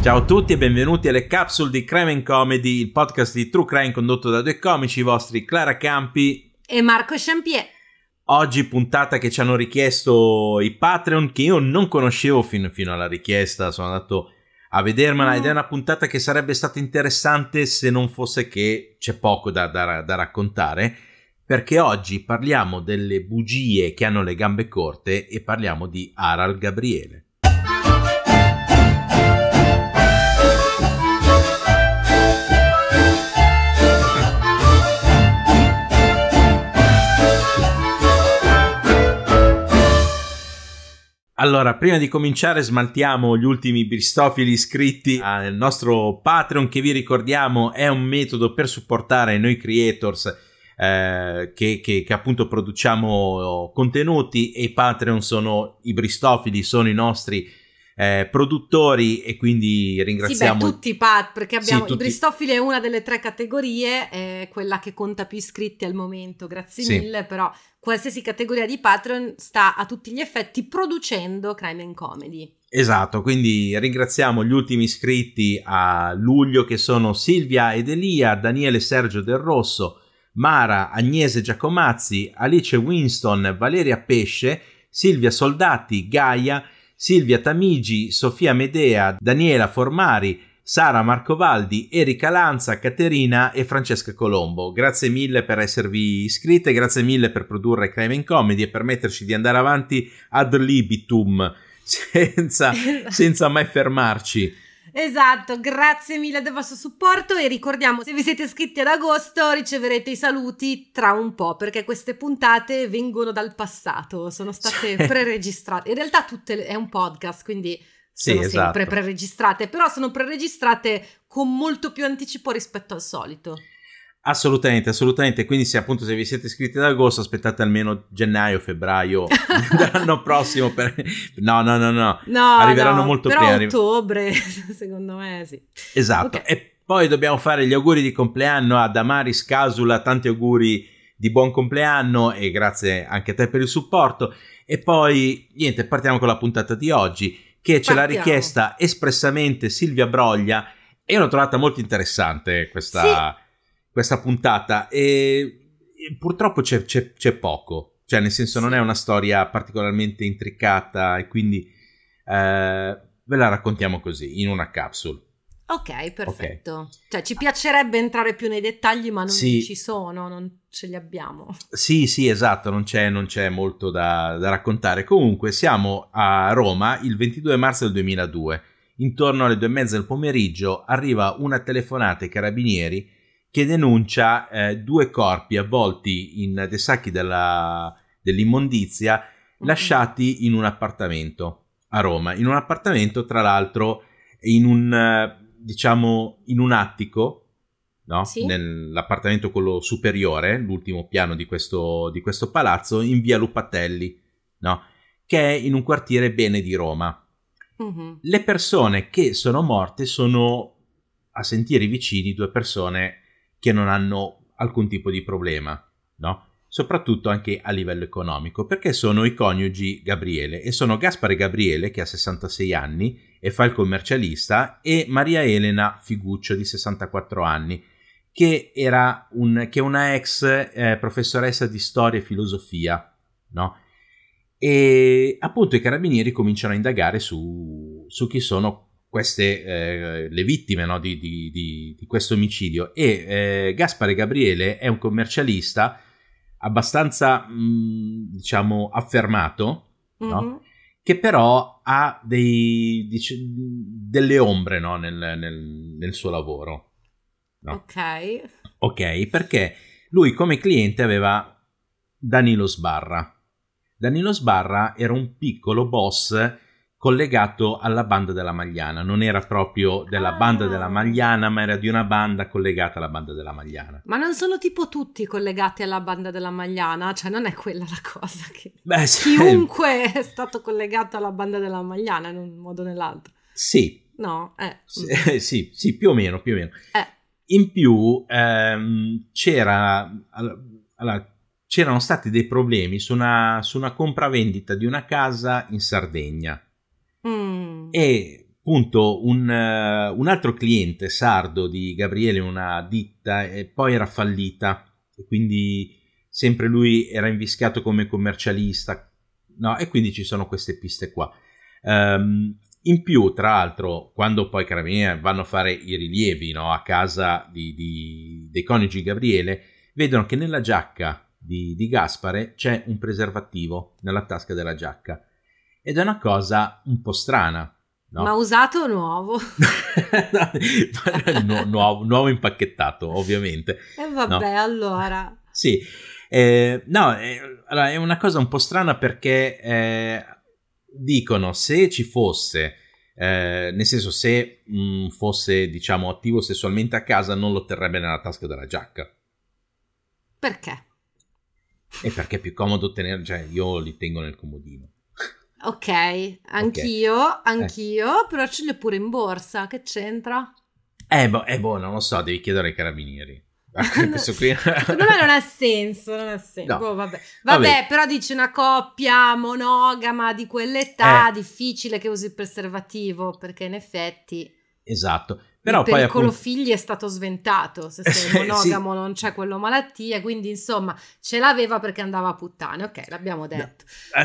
Ciao a tutti e benvenuti alle capsule di Crime & Comedy, il podcast di True Crime condotto da due comici, i vostri Clara Campi e Marco Champier. Oggi puntata che ci hanno richiesto i Patreon, che io non conoscevo fino alla richiesta, sono andato a vedermela ed è una puntata che sarebbe stata interessante se non fosse che c'è poco da raccontare, perché oggi parliamo delle bugie che hanno le gambe corte e parliamo di Harald Gabriele. Allora, prima di cominciare smaltiamo gli ultimi bristofili iscritti al nostro Patreon, che vi ricordiamo è un metodo per supportare noi creators che appunto produciamo contenuti, e i Patreon sono i bristofili, sono i nostri produttori, e quindi ringraziamo tutti perché abbiamo i bristofili è una delle tre categorie, è quella che conta più iscritti al momento, grazie mille, però qualsiasi categoria di Patreon sta a tutti gli effetti producendo Crime & Comedy. Esatto, quindi ringraziamo gli ultimi iscritti a luglio, che sono Silvia ed Elia, Daniele Sergio Del Rosso, Mara, Agnese Giacomazzi, Alice Winston, Valeria Pesce, Silvia Soldati, Gaia, Silvia Tamigi, Sofia Medea, Daniela Formari, Sara Marcovaldi, Erika Lanza, Caterina e Francesca Colombo. Grazie mille per esservi iscritte, grazie mille per produrre Crime & Comedy e permetterci di andare avanti ad libitum senza mai fermarci. Esatto, grazie mille del vostro supporto, e ricordiamo, se vi siete iscritti ad agosto riceverete i saluti tra un po', perché queste puntate vengono dal passato, sono state preregistrate. In realtà è un podcast, quindi sono sempre preregistrate, però sono preregistrate con molto più anticipo rispetto al solito. Assolutamente, quindi se vi siete iscritti ad agosto, aspettate almeno gennaio, febbraio dell'anno prossimo no, arriveranno molto però prima. Ottobre, secondo me sì. Esatto, okay. E poi dobbiamo fare gli auguri di compleanno a Damaris Casula, tanti auguri di buon compleanno e grazie anche a te per il supporto. E poi niente, partiamo con la puntata di oggi, che ce l'ha richiesta espressamente Silvia Broglia, e io l'ho trovata molto interessante questa puntata, e purtroppo c'è poco, cioè nel senso non è una storia particolarmente intricata, e quindi ve la raccontiamo così in una capsule. Ok, perfetto. Okay. Cioè ci piacerebbe entrare più nei dettagli, ma non ci sono, non ce li abbiamo. Sì, esatto, non c'è molto da raccontare. Comunque siamo a Roma il 22 marzo del 2002, intorno alle 2:30 del pomeriggio arriva una telefonata ai carabinieri che denuncia due corpi avvolti in dei sacchi dell'immondizia lasciati in un appartamento a Roma, in un appartamento tra l'altro in un attico, no? Sì? Nell'appartamento quello superiore, l'ultimo piano di questo palazzo, in via Lupatelli, no? Che è in un quartiere bene di Roma. Le persone che sono morte sono, a sentire i vicini, due persone che non hanno alcun tipo di problema, no? Soprattutto anche a livello economico, perché sono i coniugi Gabriele, e sono Gaspare Gabriele, che ha 66 anni e fa il commercialista, e Maria Elena Figuccio, di 64 anni, che è una ex professoressa di storia e filosofia, no? E appunto i carabinieri cominciano a indagare su chi sono queste le vittime, no, di questo omicidio, e Gaspare Gabriele è un commercialista abbastanza affermato, no? Che però ha delle ombre, no, nel suo lavoro, no? Ok, perché lui come cliente aveva Danilo Sbarra. Danilo Sbarra era un piccolo boss collegato alla banda della Magliana, non era proprio della banda della Magliana, ma era di una banda collegata alla banda della Magliana. Ma non sono tipo tutti collegati alla banda della Magliana? Cioè non è quella la cosa che... Sì. Chiunque è stato collegato alla banda della Magliana in un modo o nell'altro. Sì. No? Sì, più o meno. In più c'erano stati dei problemi su una compravendita di una casa in Sardegna. E appunto un altro cliente sardo di Gabriele, una ditta, e poi era fallita, e quindi sempre lui era invischiato come commercialista, no? E quindi ci sono queste piste qua. In più, tra l'altro, quando poi Carabinieri vanno a fare i rilievi, no, a casa dei coniugi Gabriele, vedono che nella giacca di Gaspare c'è un preservativo nella tasca della giacca, ed è una cosa un po' strana. No? Ma usato o nuovo? Nuovo impacchettato, ovviamente. E vabbè, no? Allora. Sì, allora, è una cosa un po' strana perché dicono se ci fosse, nel senso se fosse, diciamo, attivo sessualmente a casa, non lo terrebbe nella tasca della giacca. Perché? E perché è più comodo tenere, cioè io li tengo nel comodino. Ok, anch'io, però ce l'ho pure in borsa, che c'entra? Non lo so, devi chiedere ai carabinieri. Questo qui secondo me non ha senso. No. Vabbè, però dici una coppia monogama di quell'età, difficile che usi il preservativo, perché in effetti esatto. Però il pericolo poi figli è stato sventato, se sei monogamo sì. Non c'è quello malattie, quindi insomma ce l'aveva perché andava a puttane, ok, l'abbiamo detto.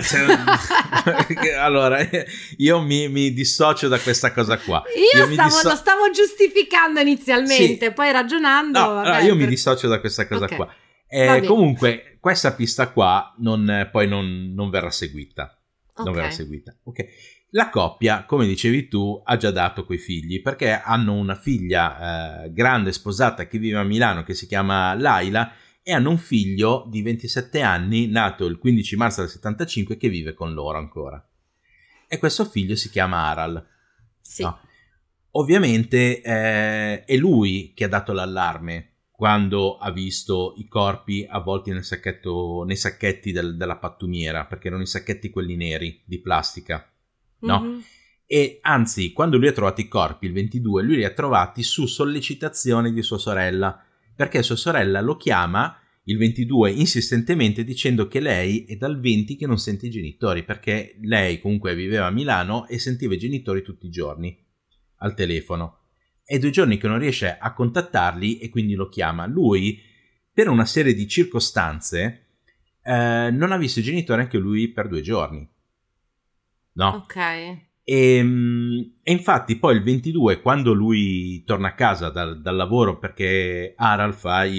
Allora, io mi dissocio da questa cosa qua. Lo stavo giustificando inizialmente, sì. Poi ragionando... mi dissocio da questa cosa qua. Comunque, questa pista qua non verrà seguita. Non verrà seguita, ok. La coppia, come dicevi tu, ha già dato quei figli perché hanno una figlia grande, sposata, che vive a Milano, che si chiama Laila, e hanno un figlio di 27 anni, nato il 15 marzo del 75, che vive con loro ancora. E questo figlio si chiama Aral. Sì. No. Ovviamente è lui che ha dato l'allarme quando ha visto i corpi avvolti nei sacchetti della pattumiera, perché erano i sacchetti quelli neri di plastica. No? Mm-hmm. E anzi, quando lui ha trovato i corpi il 22, lui li ha trovati su sollecitazione di sua sorella, perché sua sorella lo chiama il 22 insistentemente dicendo che lei è dal 20 che non sente i genitori, perché lei comunque viveva a Milano e sentiva i genitori tutti i giorni al telefono. È 2 giorni che non riesce a contattarli e quindi lo chiama. Lui, per una serie di circostanze, non ha visto i genitori anche lui per 2 giorni. No? Ok. E infatti poi il 22, quando lui torna a casa dal lavoro, perché Aral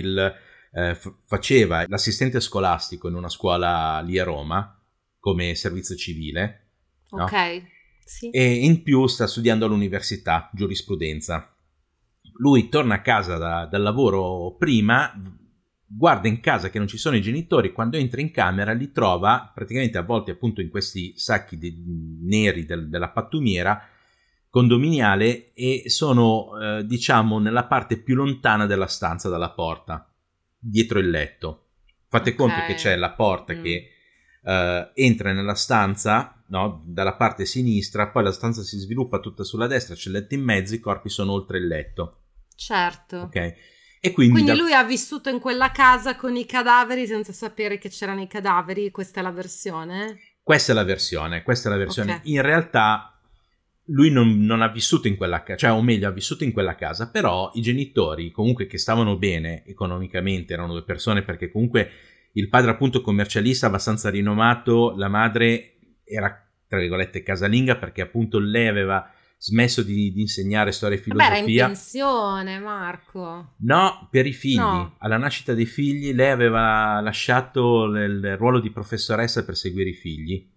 faceva l'assistente scolastico in una scuola lì a Roma come servizio civile, no? Ok, sì. E in più sta studiando all'università giurisprudenza. Lui torna a casa dal lavoro prima, guarda in casa che non ci sono i genitori, quando entra in camera li trova praticamente avvolti appunto in questi sacchi neri della pattumiera condominiale, e sono diciamo nella parte più lontana della stanza dalla porta, dietro il letto. Fate conto che c'è la porta che entra nella stanza, no, dalla parte sinistra, poi la stanza si sviluppa tutta sulla destra, c'è il letto in mezzo, i corpi sono oltre il letto. Certo. Ok. E quindi lui ha vissuto in quella casa con i cadaveri senza sapere che c'erano i cadaveri. Questa è la versione? Questa è la versione. Okay. In realtà lui non ha vissuto in quella casa, cioè, o meglio, ha vissuto in quella casa, però i genitori comunque, che stavano bene economicamente, erano 2 persone, perché comunque il padre appunto commercialista abbastanza rinomato, la madre era tra virgolette casalinga, perché appunto lei aveva smesso di insegnare storia e filosofia. Beh, era in pensione, Marco. No, per i figli. No. Alla nascita dei figli lei aveva lasciato il ruolo di professoressa per seguire i figli.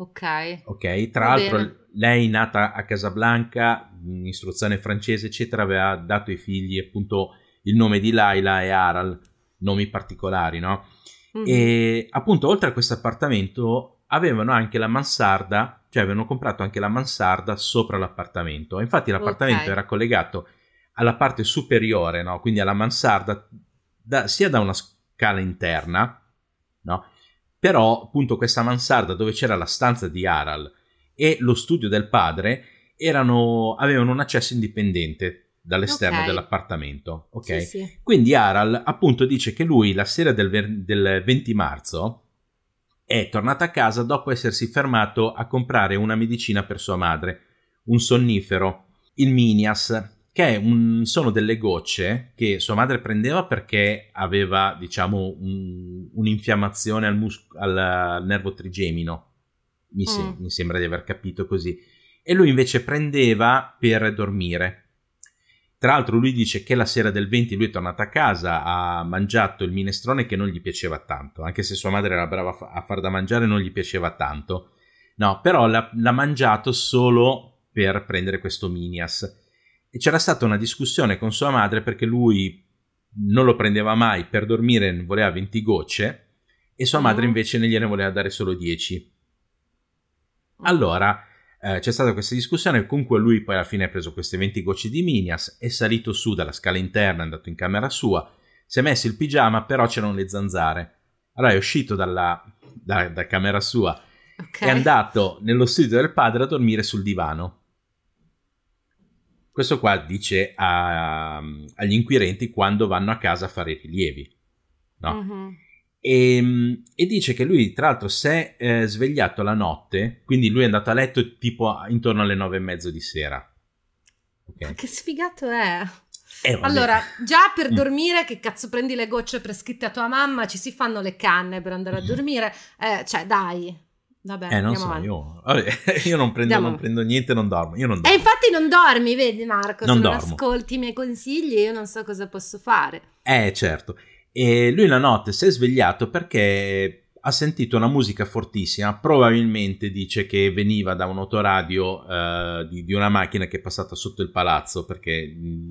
Ok. Tra l'altro lei, nata a Casablanca, in istruzione francese eccetera, aveva dato ai figli appunto il nome di Laila e Aral, nomi particolari, no? Mm-hmm. E appunto oltre a questo appartamento avevano anche la mansarda, cioè avevano comprato anche la mansarda sopra l'appartamento. Infatti l'appartamento era collegato alla parte superiore, no? Quindi alla mansarda, sia da una scala interna, no? Però appunto questa mansarda, dove c'era la stanza di Aral e lo studio del padre, avevano un accesso indipendente dall'esterno dell'appartamento. Ok? Sì. Quindi Aral appunto dice che lui la sera del 20 marzo è tornato a casa dopo essersi fermato a comprare una medicina per sua madre, un sonnifero, il Minias, che sono delle gocce che sua madre prendeva perché aveva, diciamo, un'infiammazione al nervo trigemino. Mi sembra di aver capito così. E lui invece prendeva per dormire. Tra l'altro lui dice che la sera del 20 lui è tornato a casa, ha mangiato il minestrone che non gli piaceva tanto, anche se sua madre era brava a far da mangiare, non gli piaceva tanto. No, però l'ha mangiato solo per prendere questo Minias. E c'era stata una discussione con sua madre perché lui non lo prendeva mai, per dormire ne voleva 20 gocce e sua madre invece ne gliene voleva dare solo 10. Allora c'è stata questa discussione, comunque lui poi alla fine ha preso queste 20 gocce di Minias, è salito su dalla scala interna, è andato in camera sua, si è messo il pigiama, però c'erano le zanzare. Allora è uscito da camera sua, è andato nello studio del padre a dormire sul divano. Questo qua dice agli inquirenti quando vanno a casa a fare i rilievi, no? E dice che lui tra l'altro si è svegliato la notte, quindi lui è andato a letto tipo intorno alle 9:30 di sera. Okay. Ma che sfigato è? Allora, già per dormire, che cazzo prendi le gocce prescritte a tua mamma? Ci si fanno le canne per andare a dormire, cioè dai. Vabbè, non so, io non prendo niente, non dormo. Io non dormo. E infatti non dormi, vedi Marco, non se dormo. Non ascolti i miei consigli io non so cosa posso fare. Certo. E lui la notte si è svegliato perché ha sentito una musica fortissima, probabilmente dice che veniva da un autoradio di una macchina che è passata sotto il palazzo, perché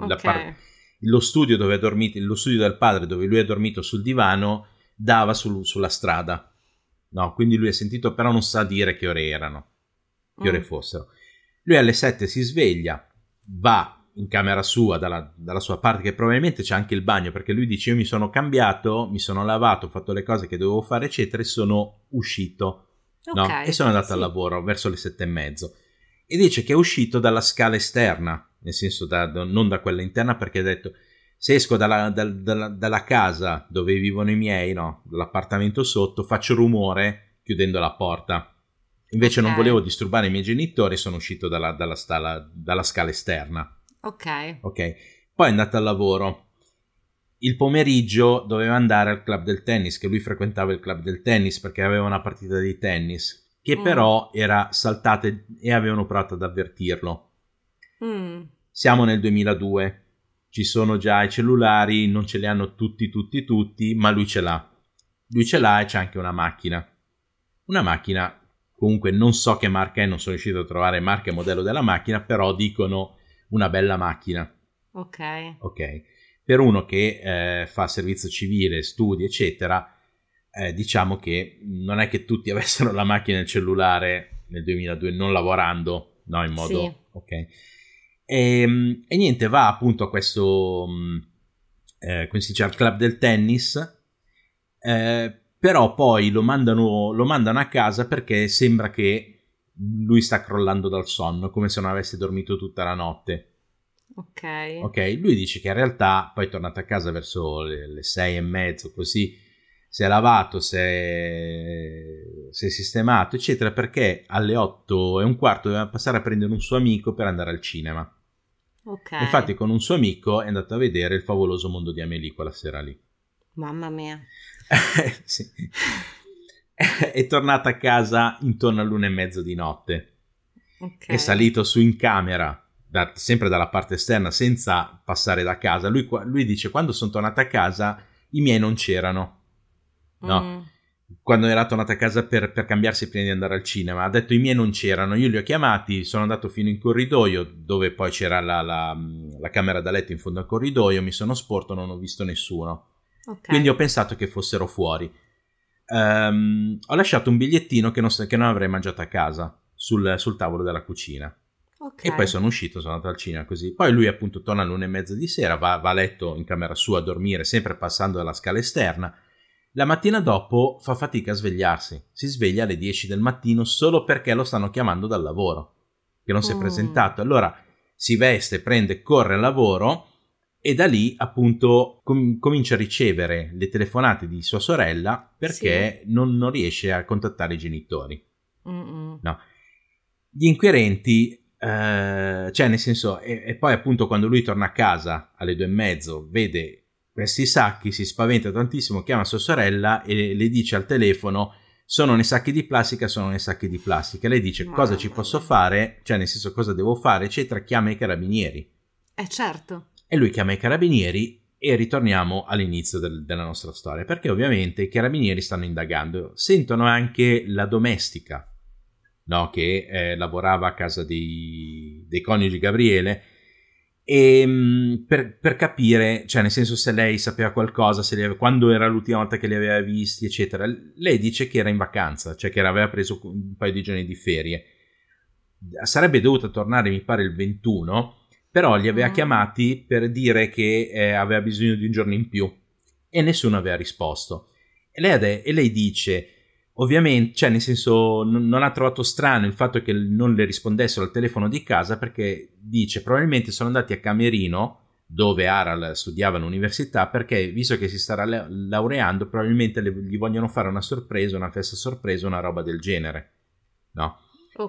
lo studio dove ha dormito, lo studio del padre dove lui ha dormito sul divano dava sulla strada. No, quindi lui ha sentito, però non sa dire che ore erano, che ore fossero. Lui alle 7 si sveglia, va in camera sua, dalla sua parte, che probabilmente c'è anche il bagno, perché lui dice: io mi sono cambiato, mi sono lavato, ho fatto le cose che dovevo fare, eccetera, e sono uscito, no? E sono andato al lavoro verso le 7:30. E dice che è uscito dalla scala esterna, nel senso non da quella interna, perché ha detto: se esco dalla casa dove vivono i miei, no, dall'appartamento sotto, faccio rumore chiudendo la porta. Invece non volevo disturbare i miei genitori, sono uscito dalla scala esterna. Ok. Poi è andato al lavoro. Il pomeriggio doveva andare al club del tennis, che lui frequentava il club del tennis perché aveva una partita di tennis, che però era saltata e avevano provato ad avvertirlo. Siamo nel 2002. Ci sono già i cellulari, non ce li hanno tutti, ma lui ce l'ha. Lui ce l'ha e c'è anche una macchina. Una macchina, comunque non so che marca è, non sono riuscito a trovare marca e modello della macchina, però dicono una bella macchina. Ok. Per uno che fa servizio civile, studi, eccetera, diciamo che non è che tutti avessero la macchina e il cellulare nel 2002, non lavorando, no, in modo... Sì. Ok. E niente, va appunto a questo come si dice, al club del tennis, però poi lo mandano a casa perché sembra che lui sta crollando dal sonno, come se non avesse dormito tutta la notte. Ok, lui dice che in realtà poi è tornato a casa verso le 6:30, così si è lavato, si è sistemato, eccetera, perché alle 8:15 doveva passare a prendere un suo amico per andare al cinema. Infatti con un suo amico è andato a vedere Il favoloso mondo di Amélie quella sera lì. Mamma mia. Sì. È tornato a casa intorno all'1:30 di notte. È salito su in camera, sempre dalla parte esterna, senza passare da casa. Lui dice: quando sono tornato a casa i miei non c'erano, no? Quando era tornato a casa per cambiarsi prima di andare al cinema, ha detto: i miei non c'erano, io li ho chiamati, sono andato fino in corridoio dove poi c'era la camera da letto in fondo al corridoio, mi sono sporto, non ho visto nessuno. Quindi ho pensato che fossero fuori. Ho lasciato un bigliettino che non avrei mangiato a casa sul tavolo della cucina. E poi sono uscito, sono andato al cinema così. Poi lui appunto torna all'1:30 di sera, va a letto in camera sua a dormire, sempre passando dalla scala esterna. La mattina dopo fa fatica a svegliarsi, si sveglia alle 10 del mattino solo perché lo stanno chiamando dal lavoro, che non si è presentato. Allora si veste, corre al lavoro e da lì appunto comincia a ricevere le telefonate di sua sorella perché non riesce a contattare i genitori. No. Gli inquirenti cioè nel senso, e poi appunto quando lui torna a casa alle 2:30 vede questi sacchi, si spaventa tantissimo, chiama sua sorella e le dice al telefono: sono nei sacchi di plastica, sono nei sacchi di plastica. Lei dice: cosa ci posso fare? Cioè nel senso, cosa devo fare, eccetera. Chiama i carabinieri. Certo. E lui chiama i carabinieri e ritorniamo all'inizio della nostra storia, perché ovviamente i carabinieri stanno indagando, sentono anche la domestica, no, che lavorava a casa dei coniugi Gabriele, e per capire, cioè nel senso, se lei sapeva qualcosa, quando era l'ultima volta che li aveva visti, eccetera. Lei dice che era in vacanza, cioè che aveva preso un paio di giorni di ferie, sarebbe dovuta tornare mi pare il 21, però li aveva chiamati per dire che aveva bisogno di un giorno in più e nessuno aveva risposto. E lei dice, ovviamente, cioè nel senso, non ha trovato strano il fatto che non le rispondessero al telefono di casa, perché dice probabilmente sono andati a Camerino, dove Aral studiava all'università, perché visto che si starà laureando probabilmente gli vogliono fare una sorpresa, una festa sorpresa, una roba del genere, no?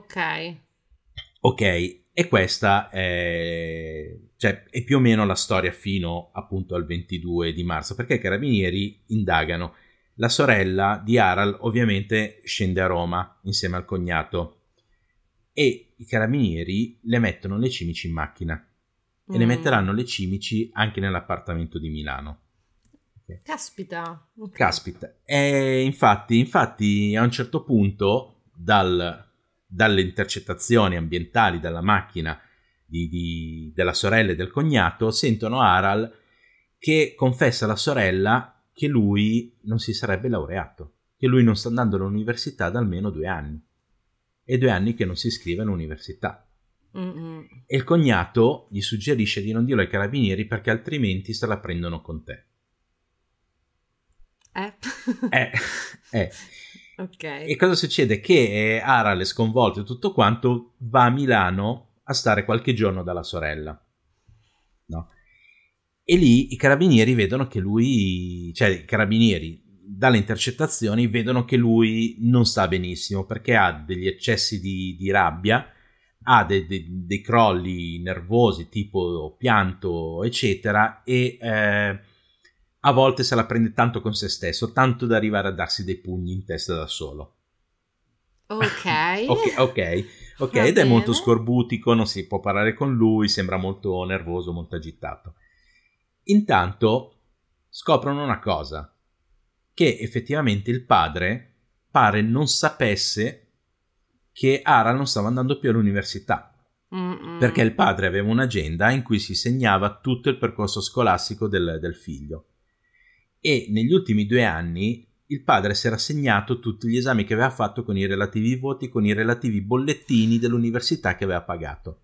Ok, e questa è più o meno la storia fino appunto al 22 di marzo, perché i carabinieri indagano. La sorella di Aral ovviamente scende a Roma insieme al cognato e i carabinieri le mettono le cimici in macchina e le metteranno le cimici anche nell'appartamento di Milano. Okay. Caspita. Okay. Caspita. E infatti a un certo punto dalle intercettazioni ambientali dalla macchina della sorella e del cognato sentono Aral che confessa alla sorella che lui non si sarebbe laureato, che lui non sta andando all'università da almeno 2 anni, e 2 anni che non si iscrive all'università. E il cognato gli suggerisce di non dirlo ai carabinieri perché altrimenti se la prendono con te. Okay. E cosa succede? Che Aral è sconvolto e tutto quanto, va a Milano a stare qualche giorno dalla sorella, no? E lì i carabinieri vedono che lui, cioè i carabinieri dalle intercettazioni vedono che lui non sta benissimo, perché ha degli eccessi di rabbia, ha dei crolli nervosi tipo pianto eccetera, e a volte se la prende tanto con se stesso, tanto da arrivare a darsi dei pugni in testa da solo. Ok, ed è molto scorbutico, non si può parlare con lui, sembra molto nervoso, molto agitato. Intanto scoprono una cosa, che effettivamente il padre pare non sapesse che Aral non stava andando più all'università, perché il padre aveva un'agenda in cui si segnava tutto il percorso scolastico del figlio, e negli ultimi 2 anni il padre si era segnato tutti gli esami che aveva fatto con i relativi voti, con i relativi bollettini dell'università che aveva pagato.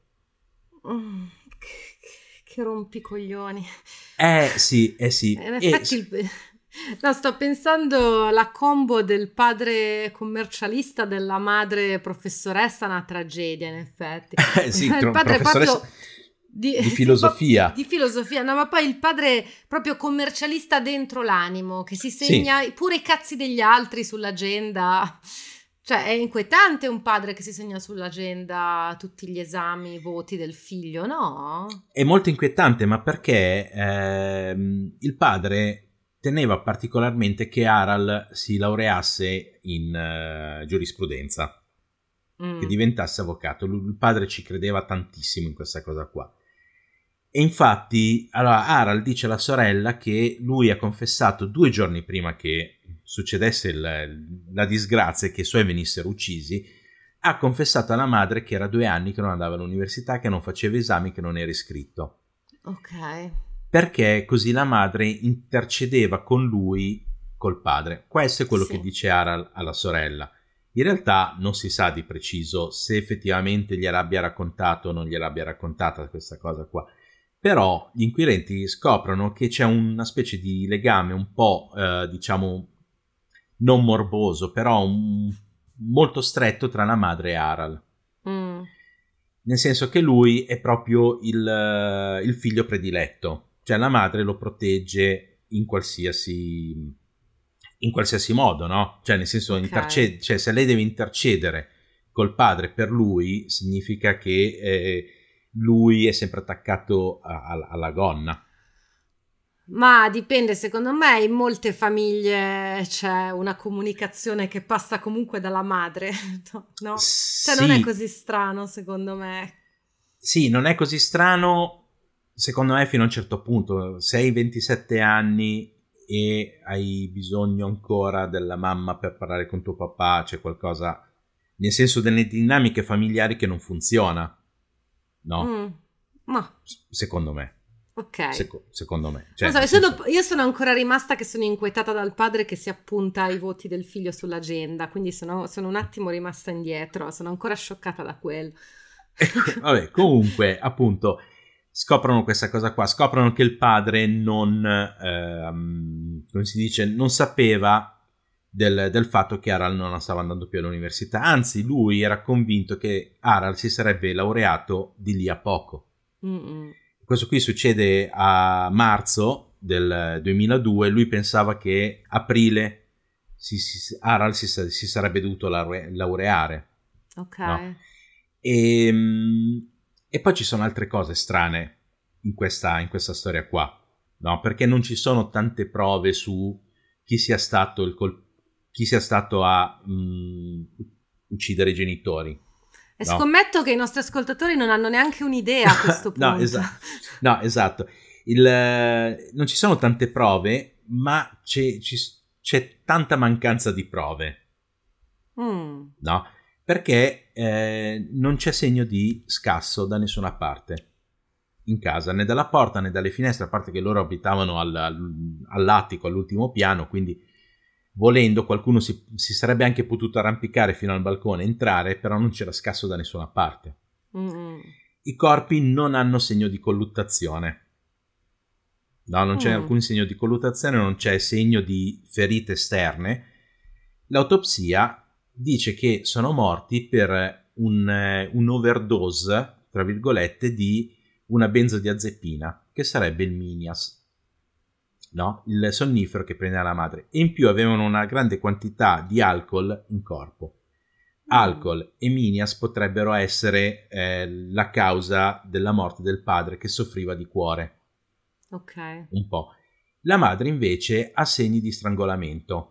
Che rompicoglioni. Sì. In effetti no, sto pensando alla combo del padre commercialista, della madre professoressa, una tragedia in effetti. Sì, il padre proprio di filosofia. Di filosofia, no, ma poi il padre proprio commercialista dentro l'animo, che si segna pure i cazzi degli altri sull'agenda. Cioè, è inquietante un padre che si segna sull'agenda tutti gli esami, i voti del figlio, no? È molto inquietante, ma perché il padre teneva particolarmente che Aral si laureasse in giurisprudenza, che diventasse avvocato. Il padre ci credeva tantissimo in questa cosa qua. E infatti, allora, Aral dice alla sorella che lui ha confessato 2 giorni prima che succedesse la disgrazia e che i suoi venissero uccisi, ha confessato alla madre che era 2 anni che non andava all'università, che non faceva esami, che non era iscritto. Ok. Perché così la madre intercedeva con lui, col padre. Questo è quello che dice Aral alla sorella. In realtà non si sa di preciso se effettivamente gliela abbia raccontato o non gliela abbia raccontata questa cosa qua. Però gli inquirenti scoprono che c'è una specie di legame un po', diciamo, non morboso, però molto stretto tra la madre e Aral. Nel senso che lui è proprio il figlio prediletto. Cioè la madre lo protegge in qualsiasi modo, no? Cioè nel senso, cioè, se lei deve intercedere col padre per lui significa che lui è sempre attaccato alla gonna. Ma dipende, secondo me in molte famiglie c'è una comunicazione che passa comunque dalla madre, no? Cioè non è così strano, secondo me. Sì, non è così strano, secondo me, fino a un certo punto. Se hai 27 anni e hai bisogno ancora della mamma per parlare con tuo papà, c'è qualcosa, nel senso delle dinamiche familiari, che non funziona, no? Ma secondo me. Ok. Secondo me. Cioè, non so, io sono ancora rimasta che sono inquietata dal padre che si appunta ai voti del figlio sull'agenda, quindi sono un attimo rimasta indietro, sono ancora scioccata da quello. Vabbè, comunque, appunto, scoprono questa cosa qua, scoprono che il padre come si dice, non sapeva del fatto che Harald non stava andando più all'università, anzi lui era convinto che Harald si sarebbe laureato di lì a poco. Questo qui succede a marzo del 2002, lui pensava che aprile Harald si sarebbe dovuto laureare. Ok. No? E poi ci sono altre cose strane in questa storia qua, no? Perché non ci sono tante prove su chi sia stato a uccidere i genitori. E no? Scommetto che i nostri ascoltatori non hanno neanche un'idea a questo punto. No, esatto. Non ci sono tante prove, ma c'è tanta mancanza di prove. No? Perché non c'è segno di scasso da nessuna parte in casa, né dalla porta né dalle finestre, a parte che loro abitavano all'attico, all'ultimo piano, quindi volendo qualcuno si sarebbe anche potuto arrampicare fino al balcone, entrare, però non c'era scasso da nessuna parte. I corpi non hanno segno di colluttazione, no, non c'è alcun segno di colluttazione, non c'è segno di ferite esterne. L'autopsia dice che sono morti per un overdose, tra virgolette, di una benzodiazepina, che sarebbe il Minias, no? Il sonnifero che prendeva la madre, e in più avevano una grande quantità di alcol in corpo. Alcol e Minias potrebbero essere la causa della morte del padre, che soffriva di cuore. Ok. Un po'. La madre invece ha segni di strangolamento,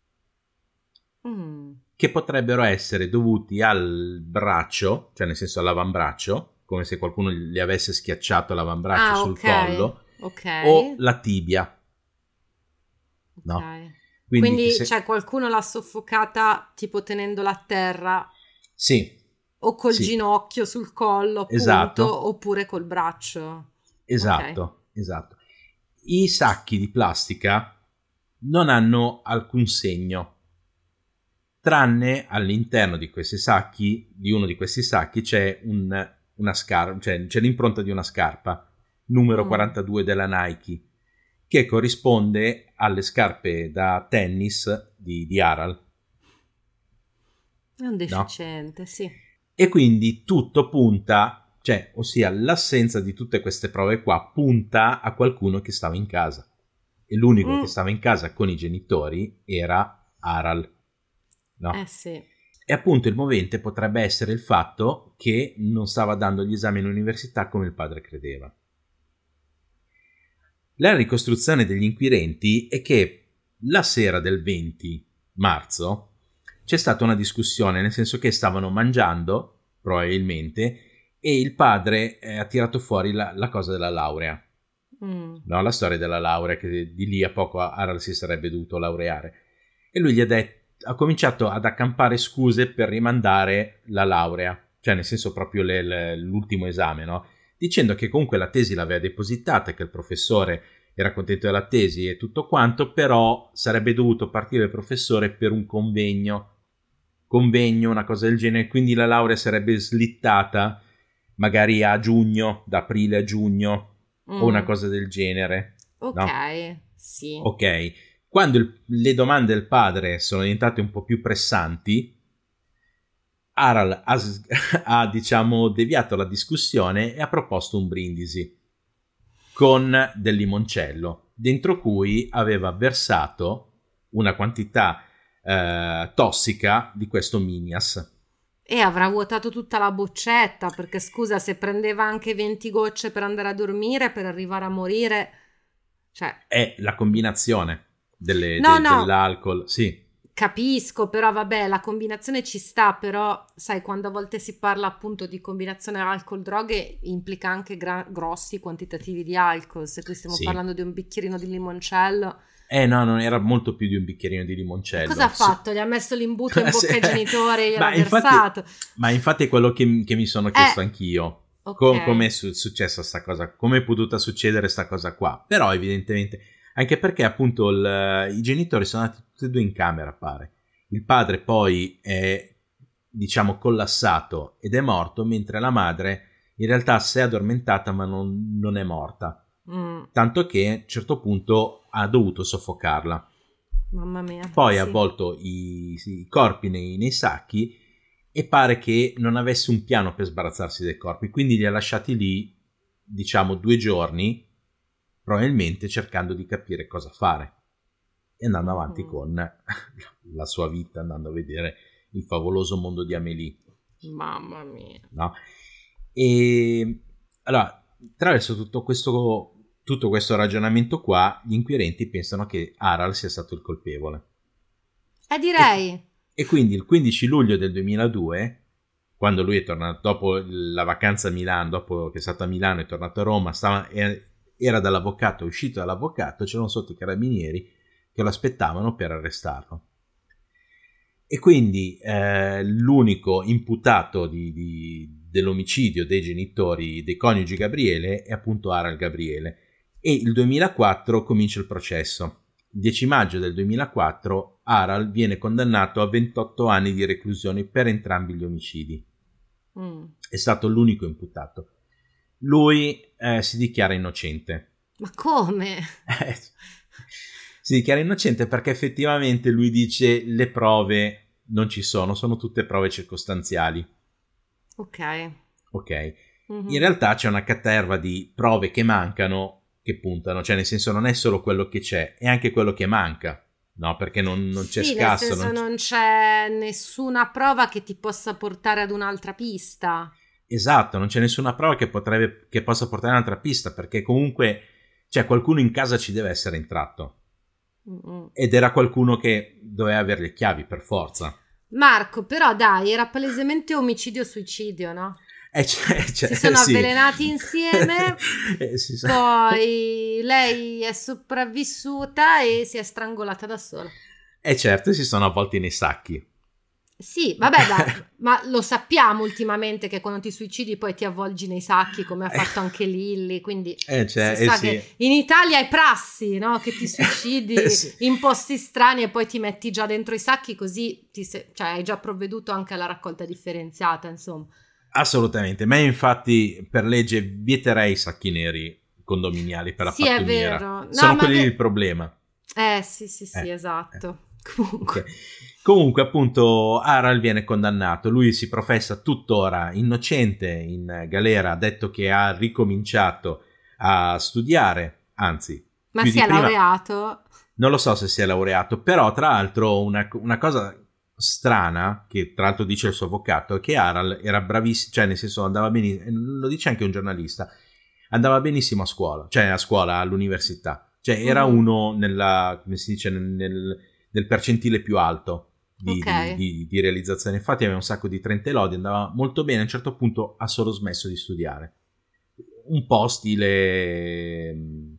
che potrebbero essere dovuti al braccio, cioè nel senso all'avambraccio, come se qualcuno gli avesse schiacciato l'avambraccio sul collo, o la tibia. No? Quindi cioè qualcuno l'ha soffocata tipo tenendola a terra, sì, o col ginocchio sul collo, appunto, esatto, oppure col braccio. Esatto. I sacchi di plastica non hanno alcun segno, tranne all'interno di questi sacchi, di uno di questi sacchi c'è una scarpa, cioè c'è l'impronta di una scarpa numero 42 della Nike, che corrisponde alle scarpe da tennis di Harald. È un deficiente, no? Sì. E quindi tutto punta, cioè, ossia l'assenza di tutte queste prove qua punta a qualcuno che stava in casa. E l'unico che stava in casa con i genitori era Harald. No? Sì. E appunto il movente potrebbe essere il fatto che non stava dando gli esami all'università come il padre credeva. La ricostruzione degli inquirenti è che la sera del 20 marzo c'è stata una discussione, nel senso che stavano mangiando, probabilmente, e il padre ha tirato fuori la cosa della laurea. No, la storia della laurea, che di lì a poco Harald si sarebbe dovuto laureare. E lui ha cominciato ad accampare scuse per rimandare la laurea, cioè nel senso proprio l'ultimo esame, no? Dicendo che comunque la tesi l'aveva depositata, che il professore era contento della tesi e tutto quanto, però sarebbe dovuto partire il professore per un convegno, una cosa del genere, quindi la laurea sarebbe slittata magari a giugno, da aprile a giugno, o una cosa del genere. Ok, no? Sì. Ok, quando le domande del padre sono diventate un po' più pressanti, Harald ha diciamo deviato la discussione e ha proposto un brindisi con del limoncello, dentro cui aveva versato una quantità tossica di questo Minias. E avrà vuotato tutta la boccetta, perché scusa, se prendeva anche 20 gocce per andare a dormire, per arrivare a morire, cioè... È la combinazione No, dell'alcol, sì. capisco, però vabbè, la combinazione ci sta, però sai, quando a volte si parla appunto di combinazione alcol-droghe, implica anche grossi quantitativi di alcol, se qui stiamo Sì. parlando di un bicchierino di limoncello... No, non era molto più di un bicchierino di limoncello. Cosa ha fatto? Gli ha messo l'imbuto in bocca ai genitori e gliel'ha versato? Ma infatti è quello che mi sono chiesto anch'io. Okay. Come è successa sta cosa? Come è potuta succedere sta cosa qua? Però evidentemente, anche perché appunto i genitori sono andati tutti e due in camera, pare. Il padre poi è, diciamo, collassato ed è morto, mentre la madre in realtà si è addormentata ma non è morta. Tanto che a un certo punto ha dovuto soffocarla. Mamma mia. Poi sì. ha avvolto i corpi nei sacchi e pare che non avesse un piano per sbarazzarsi dai corpi, quindi li ha lasciati lì, diciamo, 2 giorni, probabilmente cercando di capire cosa fare e andando avanti con la sua vita, andando a vedere il favoloso mondo di Amélie. Mamma mia. No? E allora, attraverso tutto questo ragionamento qua, gli inquirenti pensano che Harald sia stato il colpevole. Direi. E quindi il 15 luglio del 2002, quando lui è tornato dopo la vacanza a Milano, dopo che è stato a Milano, è tornato a Roma, era dall'avvocato, è uscito dall'avvocato, c'erano sotto i carabinieri che lo aspettavano per arrestarlo. E quindi l'unico imputato dell'omicidio dei genitori, dei coniugi Gabriele, è appunto Harald Gabriele. E il 2004 comincia il processo. Il 10 maggio del 2004 Harald viene condannato a 28 anni di reclusione per entrambi gli omicidi. È stato l'unico imputato. Lui si dichiara innocente. Ma come? Si dichiara innocente perché effettivamente lui dice le prove non ci sono tutte prove circostanziali. Ok. Mm-hmm. In realtà c'è una caterva di prove che mancano, che puntano, cioè nel senso non è solo quello che c'è, è anche quello che manca, no? Perché non c'è scasso. Nel senso non c'è nessuna prova che ti possa portare ad un'altra pista. Esatto, non c'è nessuna prova che possa portare ad un'altra pista, perché comunque cioè qualcuno in casa ci deve essere entrato. Ed era qualcuno che doveva avere le chiavi per forza. Marco, però dai, era palesemente omicidio-suicidio, no? Si sono avvelenati insieme, poi lei è sopravvissuta e si è strangolata da sola. Certo, si sono avvolti nei sacchi. Sì, vabbè, ma lo sappiamo ultimamente che quando ti suicidi poi ti avvolgi nei sacchi, come ha fatto anche Lilly, quindi si sa che in Italia è prassi, no? Che ti suicidi in posti strani e poi ti metti già dentro i sacchi, così hai già provveduto anche alla raccolta differenziata, insomma. Assolutamente, ma infatti per legge vieterei i sacchi neri condominiali per la pattumiera. È vero. Sono quelli il problema. Sì, esatto. Comunque appunto Harald viene condannato, lui si professa tuttora innocente in galera, ha detto che ha ricominciato a studiare, anzi... Ma si è laureato? Non lo so se si è laureato, però tra l'altro una cosa strana, che tra l'altro dice il suo avvocato, è che Harald era bravissimo, cioè nel senso andava benissimo, lo dice anche un giornalista, andava benissimo a scuola, all'università, cioè era uno come si dice, nel percentile più alto di realizzazione. Infatti aveva un sacco di 30 lodi, andava molto bene. A un certo punto ha solo smesso di studiare, un po' stile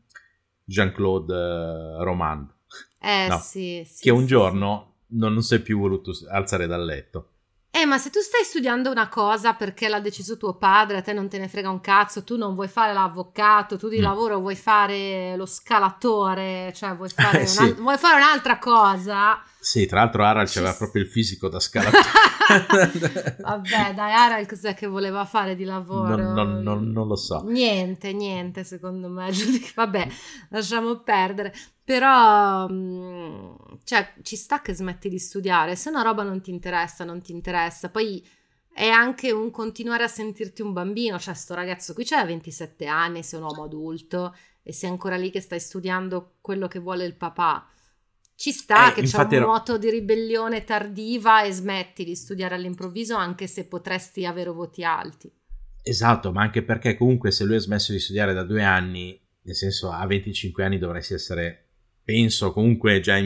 Jean-Claude Romand, no? Che un giorno non si è più voluto alzare dal letto. Ma se tu stai studiando una cosa perché l'ha deciso tuo padre, a te non te ne frega un cazzo, tu non vuoi fare l'avvocato, tu di lavoro vuoi fare lo scalatore, cioè vuoi fare, vuoi fare un'altra cosa. Sì, tra l'altro Harald aveva proprio il fisico da scalatore. Vabbè, dai, Harald cos'è che voleva fare di lavoro? Non lo so. Niente, secondo me. Vabbè, lasciamo perdere. Però, cioè, ci sta che smetti di studiare, se una roba non ti interessa. Poi è anche un continuare a sentirti un bambino, cioè sto ragazzo qui c'ha 27 anni, sei un uomo adulto e sei ancora lì che stai studiando quello che vuole il papà. Ci sta che c'è un moto di ribellione tardiva e smetti di studiare all'improvviso anche se potresti avere voti alti. Esatto, ma anche perché comunque se lui ha smesso di studiare da 2 anni, nel senso a 25 anni dovresti essere, penso, comunque già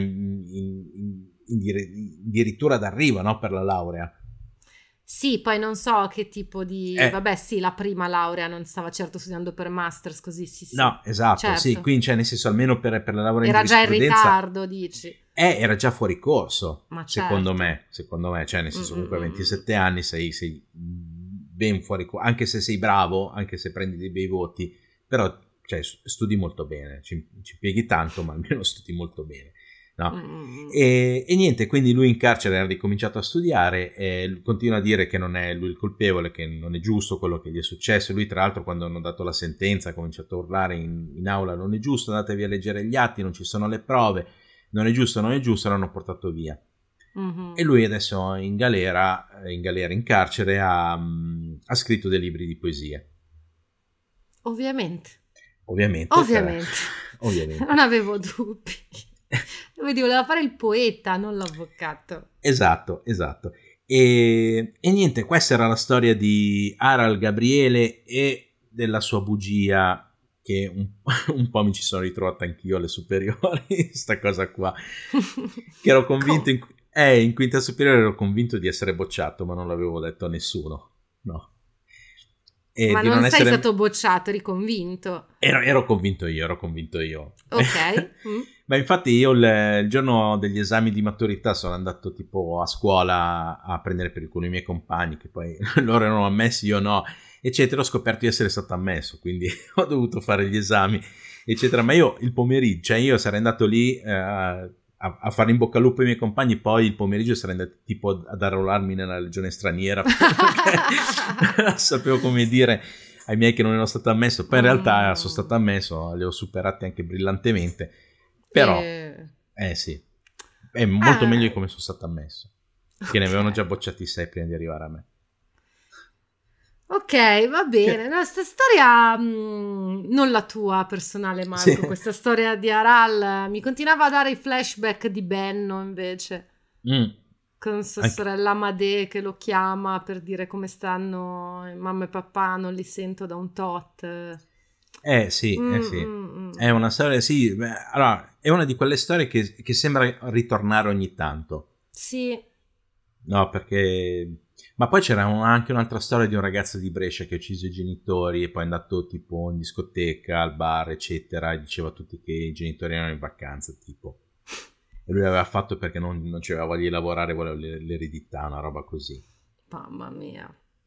addirittura d'arrivo, no? Per la laurea. Sì, poi non so che tipo di... Vabbè, sì, la prima laurea non stava certo studiando per masters, così sì. No, esatto, certo. Sì, quindi cioè, nel senso almeno per la laurea era in giurisprudenza... Era già in ritardo, dici? Era già fuori corso, ma secondo me, cioè nel senso comunque a 27 anni sei ben fuori corso, anche se sei bravo, anche se prendi dei bei voti, però cioè, studi molto bene, ci pieghi tanto, ma almeno studi molto bene. No? E niente, quindi lui in carcere ha ricominciato a studiare e continua a dire che non è lui il colpevole, che non è giusto quello che gli è successo. Lui tra l'altro quando hanno dato la sentenza ha cominciato a urlare in aula: non è giusto, andatevi a leggere gli atti, non ci sono le prove, non è giusto, l'hanno portato via. E lui adesso in carcere ha scritto dei libri di poesie. Ovviamente. Non avevo dubbi. Vedi, voleva fare il poeta, non l'avvocato. Esatto. E niente, questa era la storia di Harald Gabriele e della sua bugia, che un po' mi ci sono ritrovato anch'io alle superiori, sta cosa qua, che ero convinto in quinta superiore ero convinto di essere bocciato, ma non l'avevo detto a nessuno, no. Ma di non sei stato bocciato, eri convinto? Ero convinto io. Ok. Ma infatti io il giorno degli esami di maturità sono andato tipo a scuola a prendere per il culo i miei compagni, che poi loro erano ammessi, io no, eccetera. Ho scoperto di essere stato ammesso, quindi ho dovuto fare gli esami, eccetera. Ma io il pomeriggio, cioè io sarei andato lì a fare in bocca al lupo ai miei compagni, poi il pomeriggio sarei andato tipo ad arruolarmi nella legione straniera, perché sapevo come dire ai miei che non ero stato ammesso. Poi in realtà sono stato ammesso, li ho superati anche brillantemente, però sì, è molto meglio di come sono stato ammesso, che ne avevano già bocciati 6 prima di arrivare a me. Ok, va bene. No, questa storia, non la tua personale, Marco, sì. Questa storia di Aral mi continuava a dare i flashback di Benno invece, con sua sorella Amadè che lo chiama per dire come stanno mamma e papà, non li sento da un tot. Sì. È una storia, sì. Allora, è una di quelle storie che sembra ritornare ogni tanto. Sì. No, perché... Ma poi c'era anche un'altra storia di un ragazzo di Brescia che ha ucciso i genitori e poi è andato tipo in discoteca, al bar, eccetera, e diceva a tutti che i genitori erano in vacanza, tipo. E lui l'aveva fatto perché non c'aveva voglia di lavorare, voleva l'eredità, una roba così. Mamma mia.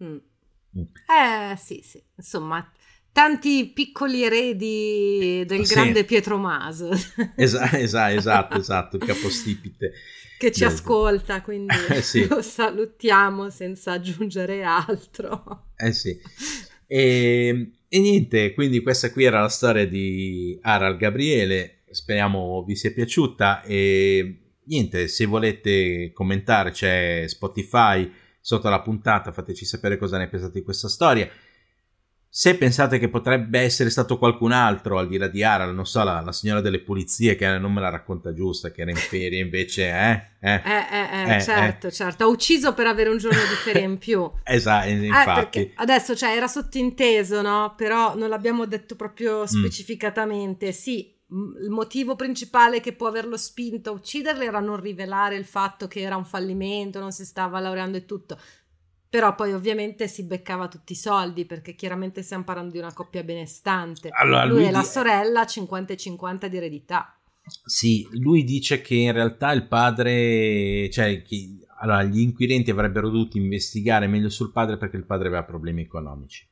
Sì. Insomma, tanti piccoli eredi del grande Pietro Maso. Esatto, il capostipite. Che ci ascolta, quindi lo salutiamo senza aggiungere altro. Sì. E niente, quindi questa qui era la storia di Harald Gabriele, speriamo vi sia piaciuta e niente, se volete commentare c'è Spotify sotto la puntata, fateci sapere cosa ne pensate di questa storia. Se pensate che potrebbe essere stato qualcun altro al di là di Harald, non so, la signora delle pulizie che non me la racconta giusta, che era in ferie invece, certo, ha ucciso per avere un giorno di ferie in più. Esatto, infatti. Perché adesso, cioè, era sottinteso, no? Però non l'abbiamo detto proprio specificatamente. Sì, il motivo principale che può averlo spinto a ucciderle era non rivelare il fatto che era un fallimento, non si stava laureando e tutto. Però poi ovviamente si beccava tutti i soldi, perché chiaramente stiamo parlando di una coppia benestante. Allora, lui e la sorella 50-50 di eredità. Sì, lui dice che in realtà il padre, cioè allora, gli inquirenti avrebbero dovuto investigare meglio sul padre perché il padre aveva problemi economici.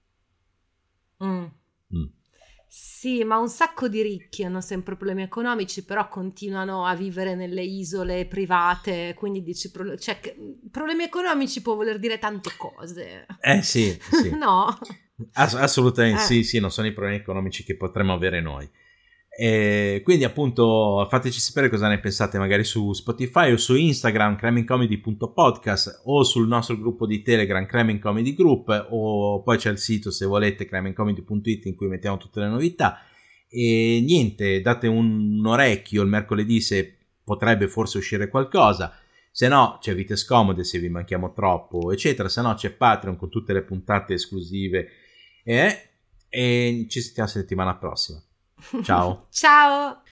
Sì, ma un sacco di ricchi hanno sempre problemi economici, però continuano a vivere nelle isole private, quindi dici, problemi economici può voler dire tante cose. Sì. No? Assolutamente sì, non sono i problemi economici che potremmo avere noi. Quindi appunto fateci sapere cosa ne pensate magari su Spotify o su Instagram crimingcomedy.podcast o sul nostro gruppo di Telegram Criming Comedy Group, o poi c'è il sito se volete crimingcomedy.it in cui mettiamo tutte le novità. E niente, date un orecchio il mercoledì se potrebbe forse uscire qualcosa. Se no c'è Vite Scomode se vi manchiamo troppo, eccetera. Se no c'è Patreon con tutte le puntate esclusive e ci sentiamo settimana prossima. Ciao. Ciao.